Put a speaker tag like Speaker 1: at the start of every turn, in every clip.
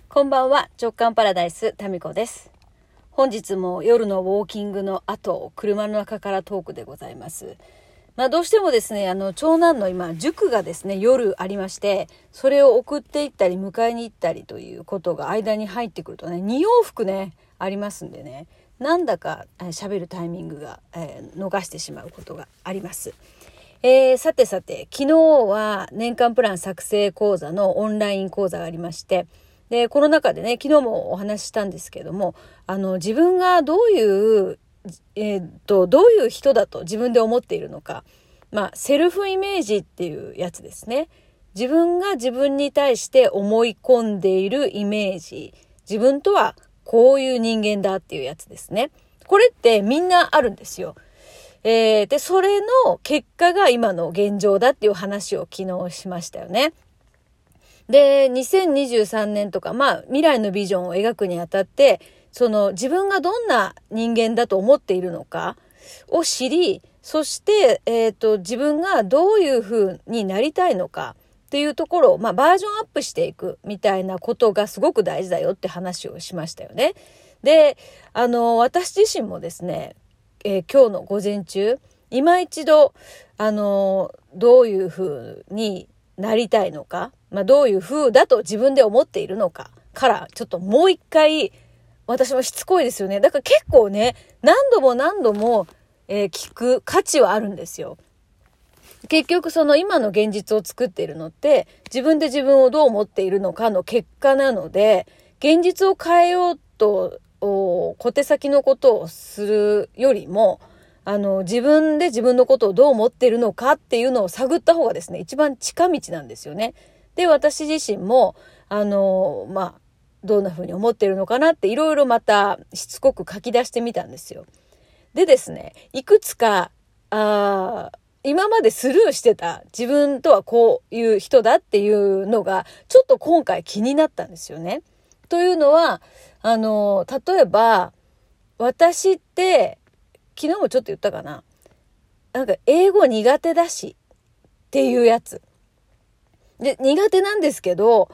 Speaker 1: こんばんは、直感パラダイスタミコです。本日も夜のウォーキングの後、車の中からトークでございます。どうしてもですね、長男の今塾がですね夜ありまして、それを送っていったり迎えに行ったりということが間に入ってくるとね、2往復ねありますんでね、なんだか喋るタイミングが、逃してしまうことがあります。さて昨日は年間プラン作成講座のオンライン講座がありまして、でこの中でね、昨日もお話ししたんですけども、自分がどういう人だと自分で思っているのか、セルフイメージっていうやつですね。自分が自分に対して思い込んでいるイメージ、自分とはこういう人間だっていうやつですね。これってみんなあるんですよ。でそれの結果が今の現状だっていう話を昨日しましたよね。で2023年とか未来のビジョンを描くにあたって、その自分がどんな人間だと思っているのかを知り、そして、自分がどういう風になりたいのかっていうところを、バージョンアップしていくみたいなことがすごく大事だよって話をしましたよね。で私自身もですね、今日の午前中今一度どういう風になりたいのか、どういう風だと自分で思っているのかからちょっともう一回、私もしつこいですよね。だから結構ね、何度も、聞く価値はあるんですよ。結局その今の現実を作っているのって自分で自分をどう思っているのかの結果なので、現実を変えようと小手先のことをするよりも、自分で自分のことをどう思っているのかっていうのを探った方がですね、一番近道なんですよね。で私自身もどんな風に思っているのかなっていろいろまたしつこく書き出してみたんですよ。でですね、いくつか今までスルーしてた自分とはこういう人だっていうのがちょっと今回気になったんですよね。というのは例えば私って昨日もちょっと言ったかな、なんか英語苦手だしっていうやつで、苦手なんですけど、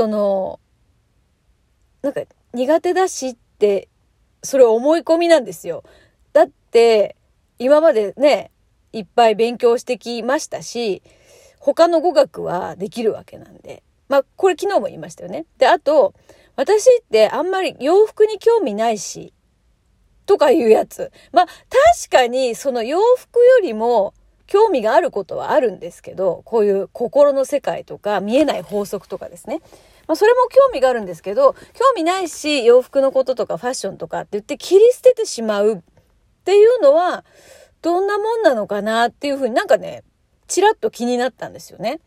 Speaker 1: なんか苦手だしってそれ思い込みなんですよ。だって今までねいっぱい勉強してきましたし、他の語学はできるわけなんで、これ昨日も言いましたよね。であと私ってあんまり洋服に興味ないしとかいうやつ、確かにその洋服よりも興味があることはあるんですけど、こういう心の世界とか見えない法則とかですね、それも興味があるんですけど、興味ないし洋服のこととかファッションとかって言って切り捨ててしまうっていうのはどんなもんなのかなっていうふうになんかね、ちらっと気になったんですよね。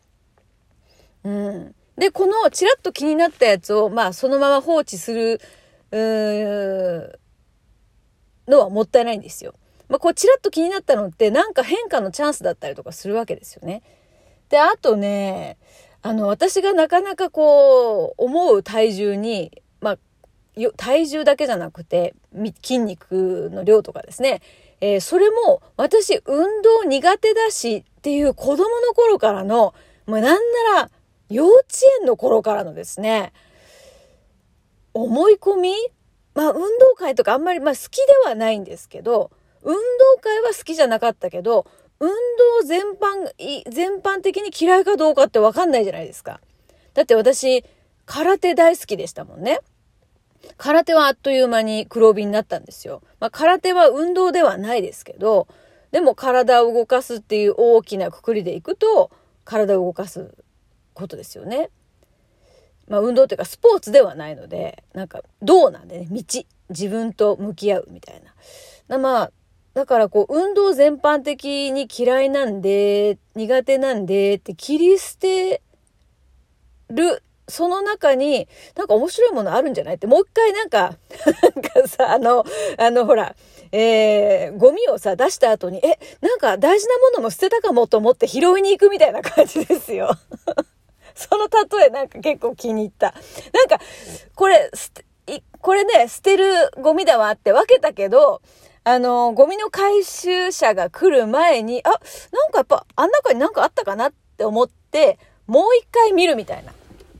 Speaker 1: でこのちらっと気になったやつをそのまま放置するのはもったいないんですよ。こうちらっと気になったのってなんか変化のチャンスだったりとかするわけですよね。であとね、私がなかなかこう思う体重に、体重だけじゃなくて筋肉の量とかですね、それも私運動苦手だしっていう子供の頃からの、なんなら幼稚園の頃からのですね思い込み、運動会とかあんまり好きではないんですけど、運動会は好きじゃなかったけど、運動全般的に嫌いかどうかって分かんないじゃないですか。だって私空手大好きでしたもんね。空手はあっという間に黒帯になったんですよ。空手は運動ではないですけど、でも体を動かすっていう大きな括りでいくと体を動かすことですよね。運動というかスポーツではないので、なんか道なんでね、自分と向き合うみたいな。だからこう運動全般的に嫌いなんで苦手なんでって切り捨てる、その中になんか面白いものあるんじゃないって、もう一回なんかさ、ほら、ゴミをさ出した後になんか大事なものも捨てたかもと思って拾いに行くみたいな感じですよ。その例えなんか結構気に入った。なんかこれね捨てるゴミだわって分けたけど、ゴミの回収車が来る前になんかやっぱあん中になんかあったかなって思ってもう一回見るみたいな。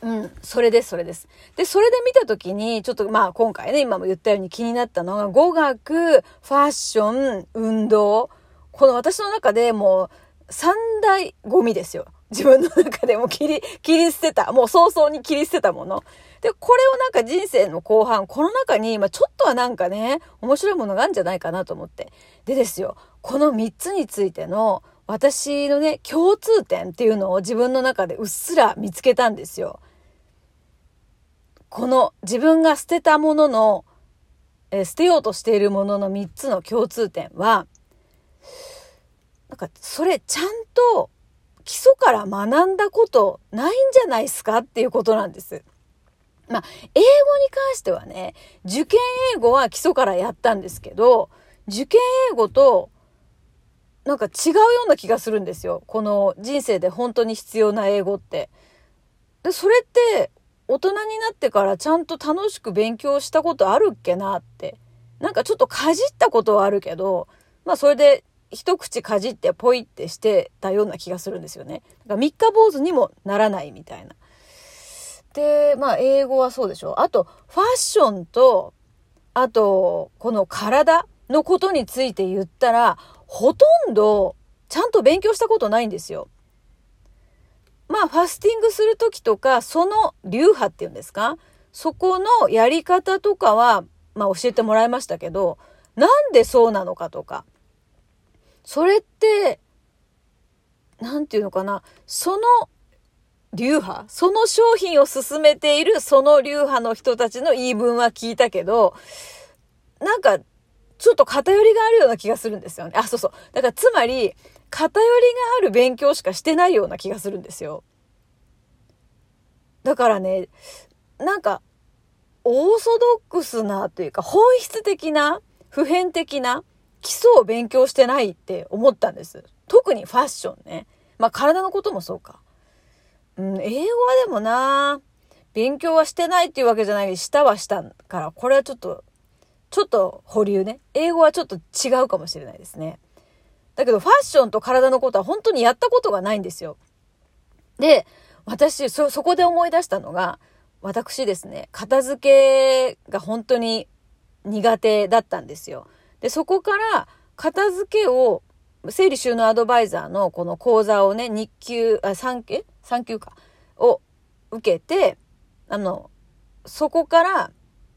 Speaker 1: それです、それです。で、それで見たときに、ちょっと今回ね、今も言ったように気になったのが、語学、ファッション、運動。この私の中でもう三大ゴミですよ。自分の中でも切り捨てた。もう早々に切り捨てたもの。で、これをなんか人生の後半、この中に、ちょっとはなんかね、面白いものがあるんじゃないかなと思って。でですよ、この3つについての私のね、共通点っていうのを自分の中でうっすら見つけたんですよ。この自分が捨てたものの、捨てようとしているものの3つの共通点は、なんかそれちゃんと基礎から学んだことないんじゃないですかっていうことなんです。英語に関してはね、受験英語は基礎からやったんですけど、受験英語となんか違うような気がするんですよ。この人生で本当に必要な英語って。で、それって大人になってからちゃんと楽しく勉強したことあるっけなって。なんかちょっとかじったことはあるけど、それで一口かじってポイってしてたような気がするんですよね。だから三日坊主にもならないみたいな。で、英語はそうでしょ。あと、ファッションと、あと、この体のことについて言ったら、ほとんどちゃんと勉強したことないんですよ。ファスティングするときとか、その流派っていうんですか？そこのやり方とかは、教えてもらいましたけど、なんでそうなのかとか。それって、なんていうのかな、その流派、その商品を進めているその流派の人たちの言い分は聞いたけど、なんかちょっと偏りがあるような気がするんですよね。そうそう。だからつまり偏りがある勉強しかしてないような気がするんですよ。だからね、なんかオーソドックスなというか本質的な普遍的な基礎を勉強してないって思ったんです。特にファッションね。体のこともそうか。英語はでもな、勉強はしてないっていうわけじゃないけど、したはしたから、これはちょっと保留ね。英語はちょっと違うかもしれないですね。だけどファッションと体のことは本当にやったことがないんですよ。で、私、そこで思い出したのが、私ですね、片付けが本当に苦手だったんですよ。で、そこから片付けを、整理収納アドバイザーのこの講座をね、3級か、を受けて、そこから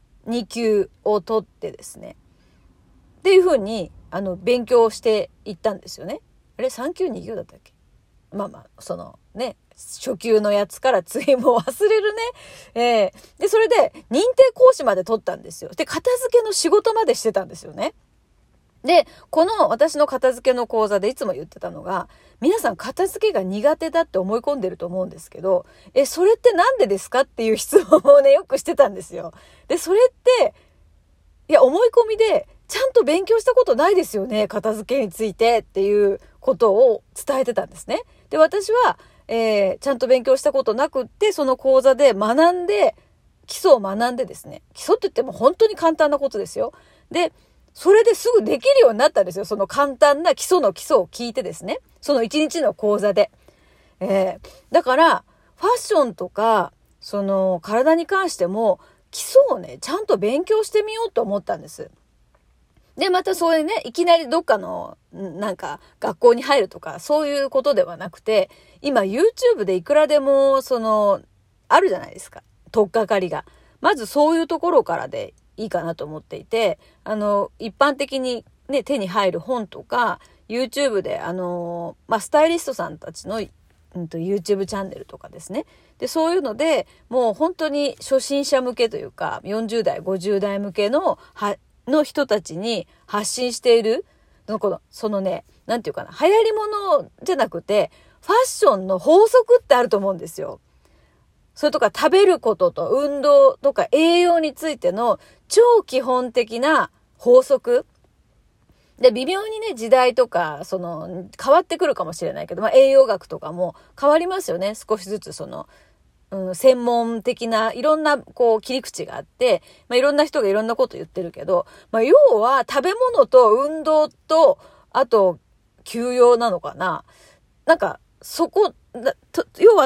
Speaker 1: 2級を取ってですね、っていう風に、勉強していったんですよね。あれ ?3 級2級だったっけ？そのね、初級のやつから次も忘れるね。で、それで認定講師まで取ったんですよ。で、片付けの仕事までしてたんですよね。で、この私の片付けの講座でいつも言ってたのが、皆さん片付けが苦手だって思い込んでると思うんですけど、それってなんでですかっていう質問をね、よくしてたんですよ。で、それって、思い込みで、ちゃんと勉強したことないですよね、片付けについてっていうことを伝えてたんですね。で、私は、ちゃんと勉強したことなくって、その講座で基礎を学んでですね、基礎って言っても本当に簡単なことですよ。で、それですぐできるようになったんですよ。その簡単な基礎の基礎を聞いてですね。その1日の講座で。だから、ファッションとか、その体に関しても、基礎をね、ちゃんと勉強してみようと思ったんです。で、またそういうね、いきなりどっかの、なんか、学校に入るとか、そういうことではなくて、今 YouTube でいくらでも、あるじゃないですか。取っかかりが。まずそういうところからでいいかなと思っていて、一般的にね、手に入る本とか、YouTube で、スタイリストさんたちの、YouTube チャンネルとかですね。で、そういうので、もう本当に初心者向けというか、40代、50代向けの人たちに発信している、そのね、なんていうかな、流行り物じゃなくて、ファッションの法則ってあると思うんですよ。それとか食べることと運動とか栄養についての超基本的な法則。で、微妙にね、時代とか、変わってくるかもしれないけど、栄養学とかも変わりますよね。少しずつ専門的ないろんな切り口があって、いろんな人がいろんなこと言ってるけど、要は食べ物と運動と、あと休養なのかな。なんか、要は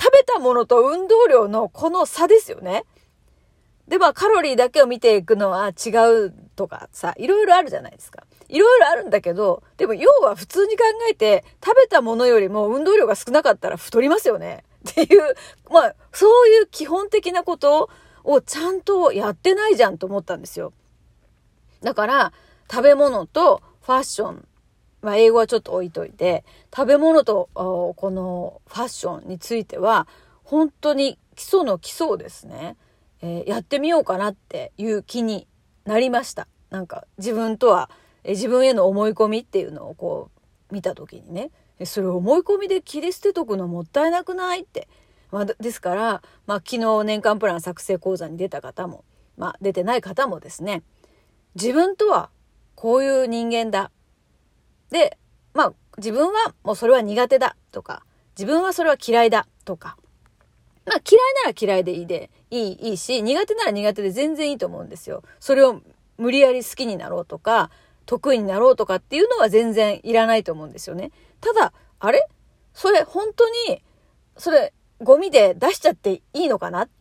Speaker 1: 食べたものと運動量のこの差ですよね。で、カロリーだけを見ていくのは違うとかさ、いろいろあるじゃないですか。いろいろあるんだけど、でも要は普通に考えて、食べたものよりも運動量が少なかったら太りますよね。っていう、そういう基本的なことをちゃんとやってないじゃんと思ったんですよ。だから、食べ物とファッション、英語はちょっと置いといて、食べ物とこのファッションについては、本当に基礎の基礎をですね、やってみようかなっていう気になりました。なんか自分への思い込みっていうのをこう見た時にね、それを思い込みで切り捨てとくのもったいなくないって。ですから、昨日年間プラン作成講座に出た方も、出てない方もですね、自分とはこういう人間だ。で、自分はもうそれは苦手だとか、自分はそれは嫌いだとか、嫌いなら嫌いでいいし、苦手なら苦手で全然いいと思うんですよ。それを無理やり好きになろうとか、得意になろうとかっていうのは全然いらないと思うんですよね。ただ、それ本当に、ゴミで出しちゃっていいのかなって、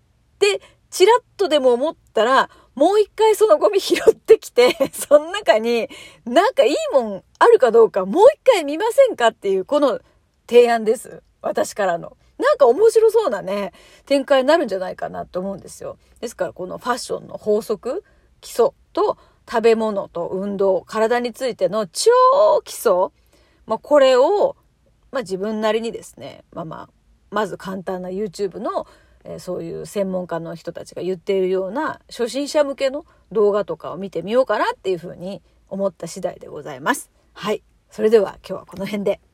Speaker 1: チラッとでも思ったら、もう一回そのゴミ拾ってきて、その中になんかいいもんあるかどうかもう一回見ませんかっていうこの提案です。私からの。なんか面白そうなね、展開になるんじゃないかなと思うんですよ。ですからこのファッションの法則、基礎と食べ物と運動、体についての超基礎、これを、自分なりにですね、まず簡単な YouTube のそういう専門家の人たちが言っているような初心者向けの動画とかを見てみようかなっていうふうに思った次第でございます。はい。それでは今日はこの辺で。